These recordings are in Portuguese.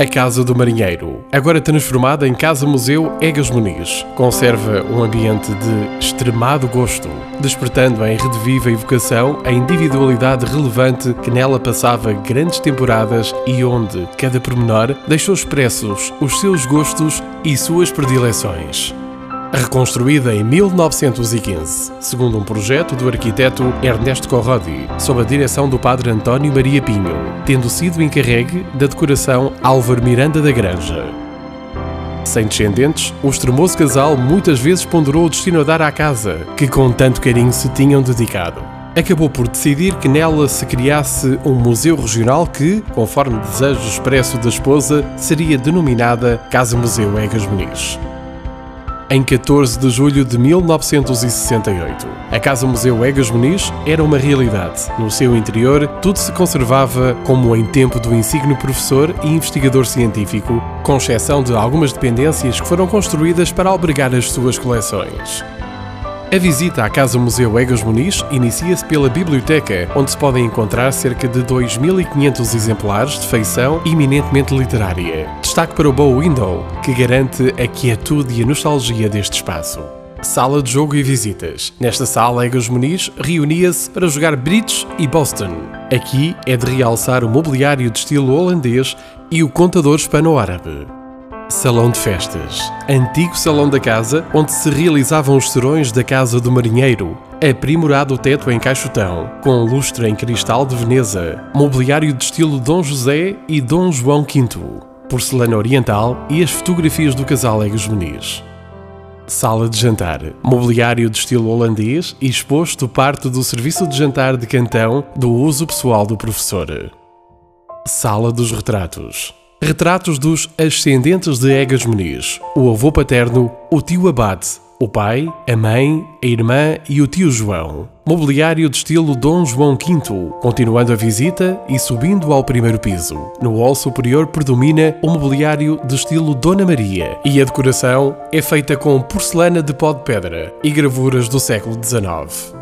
A Casa do Marinheiro, agora transformada em Casa-Museu Egas Muniz, conserva um ambiente de extremado gosto, despertando em rede viva evocação a individualidade relevante que nela passava grandes temporadas e onde cada pormenor deixou expressos os seus gostos e suas predileções. Reconstruída em 1915, segundo um projeto do arquiteto Ernesto Corrodi, sob a direção do padre António Maria Pinho, tendo sido encarregue da decoração Álvaro Miranda da Granja. Sem descendentes, o extremoso casal muitas vezes ponderou o destino a dar à casa, que com tanto carinho se tinham dedicado. Acabou por decidir que nela se criasse um museu regional que, conforme desejo expresso da esposa, seria denominada Casa-Museu Egas Muniz. Em 14 de julho de 1968, a Casa-Museu Egas Muniz era uma realidade. No seu interior, tudo se conservava como em tempo do insígnido professor e investigador científico, com exceção de algumas dependências que foram construídas para albergar as suas coleções. A visita à Casa-Museu Egas Muniz inicia-se pela biblioteca, onde se podem encontrar cerca de 2.500 exemplares de feição eminentemente literária. Destaque para o bow window, que garante a quietude e a nostalgia deste espaço. Sala de jogo e visitas. Nesta sala, Egas Muniz reunia-se para jogar bridge e Boston. Aqui é de realçar o mobiliário de estilo holandês e o contador hispano-árabe. Salão de festas. Antigo salão da casa, onde se realizavam os serões da Casa do Marinheiro. Aprimorado teto em caixotão, com lustre em cristal de Veneza. Mobiliário de estilo Dom José e Dom João V. Porcelana oriental e as fotografias do casal Egas Muniz. Sala de jantar. Mobiliário de estilo holandês e exposto parte do serviço de jantar de cantão do uso pessoal do professor. Sala dos retratos. Retratos dos ascendentes de Egas Muniz, o avô paterno, o tio abade, o pai, a mãe, a irmã e o tio João. Mobiliário de estilo Dom João V, continuando a visita e subindo ao primeiro piso. No hall superior predomina o mobiliário de estilo Dona Maria e a decoração é feita com porcelana de pó de pedra e gravuras do século XIX.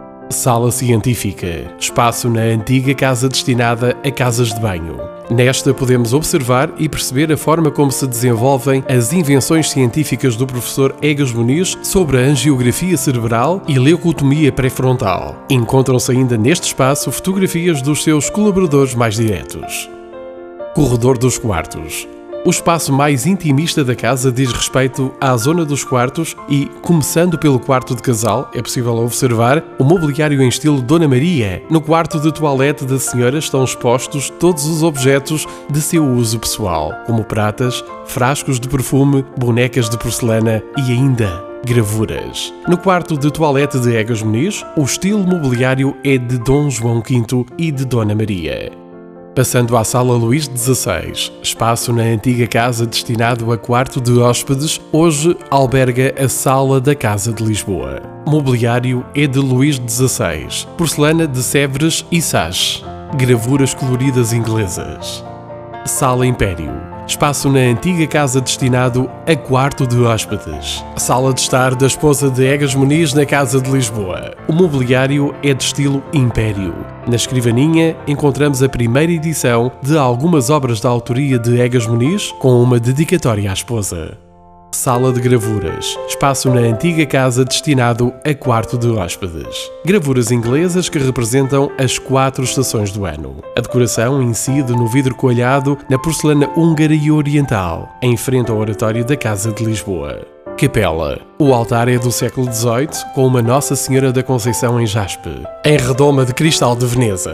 Sala científica, espaço na antiga casa destinada a casas de banho. Nesta podemos observar e perceber a forma como se desenvolvem as invenções científicas do professor Egas Muniz sobre a angiografia cerebral e leucotomia pré-frontal. Encontram-se ainda neste espaço fotografias dos seus colaboradores mais diretos. Corredor dos quartos. O espaço mais intimista da casa diz respeito à zona dos quartos e, começando pelo quarto de casal, é possível observar o mobiliário em estilo Dona Maria. No quarto de toalete da senhora estão expostos todos os objetos de seu uso pessoal, como pratas, frascos de perfume, bonecas de porcelana e ainda gravuras. No quarto de toalete de Egas Muniz, o estilo mobiliário é de Dom João V e de Dona Maria. Passando à Sala Luís XVI, espaço na antiga casa destinado a quarto de hóspedes, hoje alberga a Sala da Casa de Lisboa. Mobiliário é de Luís XVI, porcelana de Sèvres e Sage, gravuras coloridas inglesas. Sala Império, espaço na antiga casa destinado a quarto de hóspedes. Sala de estar da esposa de Egas Muniz na Casa de Lisboa. O mobiliário é de estilo Império. Na escrivaninha encontramos a primeira edição de algumas obras da autoria de Egas Muniz com uma dedicatória à esposa. Sala de gravuras, espaço na antiga casa destinado a quarto de hóspedes. Gravuras inglesas que representam as 4 estações do ano. A decoração incide no vidro coalhado na porcelana húngara e oriental, em frente ao oratório da Casa de Lisboa. Capela. O altar é do século XVIII, com uma Nossa Senhora da Conceição em jaspe, em redoma de cristal de Veneza.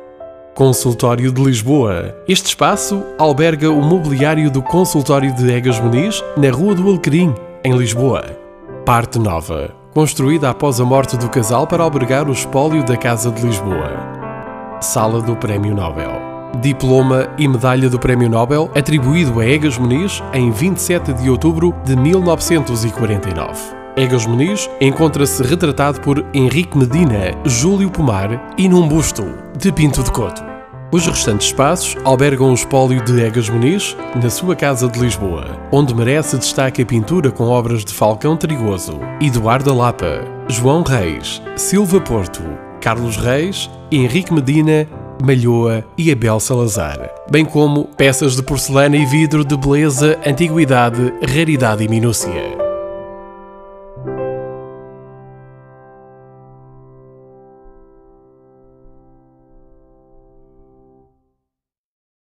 Consultório de Lisboa. Este espaço alberga o mobiliário do Consultório de Egas Muniz, na Rua do Alecrim, em Lisboa. Parte nova. Construída após a morte do casal para albergar o espólio da Casa de Lisboa. Sala do Prémio Nobel. Diploma e medalha do Prémio Nobel atribuído a Egas Muniz em 27 de outubro de 1949. Egas Muniz encontra-se retratado por Henrique Medina, Júlio Pomar e num busto de Pinto de Couto. Os restantes espaços albergam o espólio de Egas Muniz na sua casa de Lisboa, onde merece destaque a pintura com obras de Falcão Trigoso, Eduardo da Lapa, João Reis, Silva Porto, Carlos Reis, Henrique Medina Malhoa e Abel Salazar, bem como peças de porcelana e vidro de beleza, antiguidade, raridade e minúcia.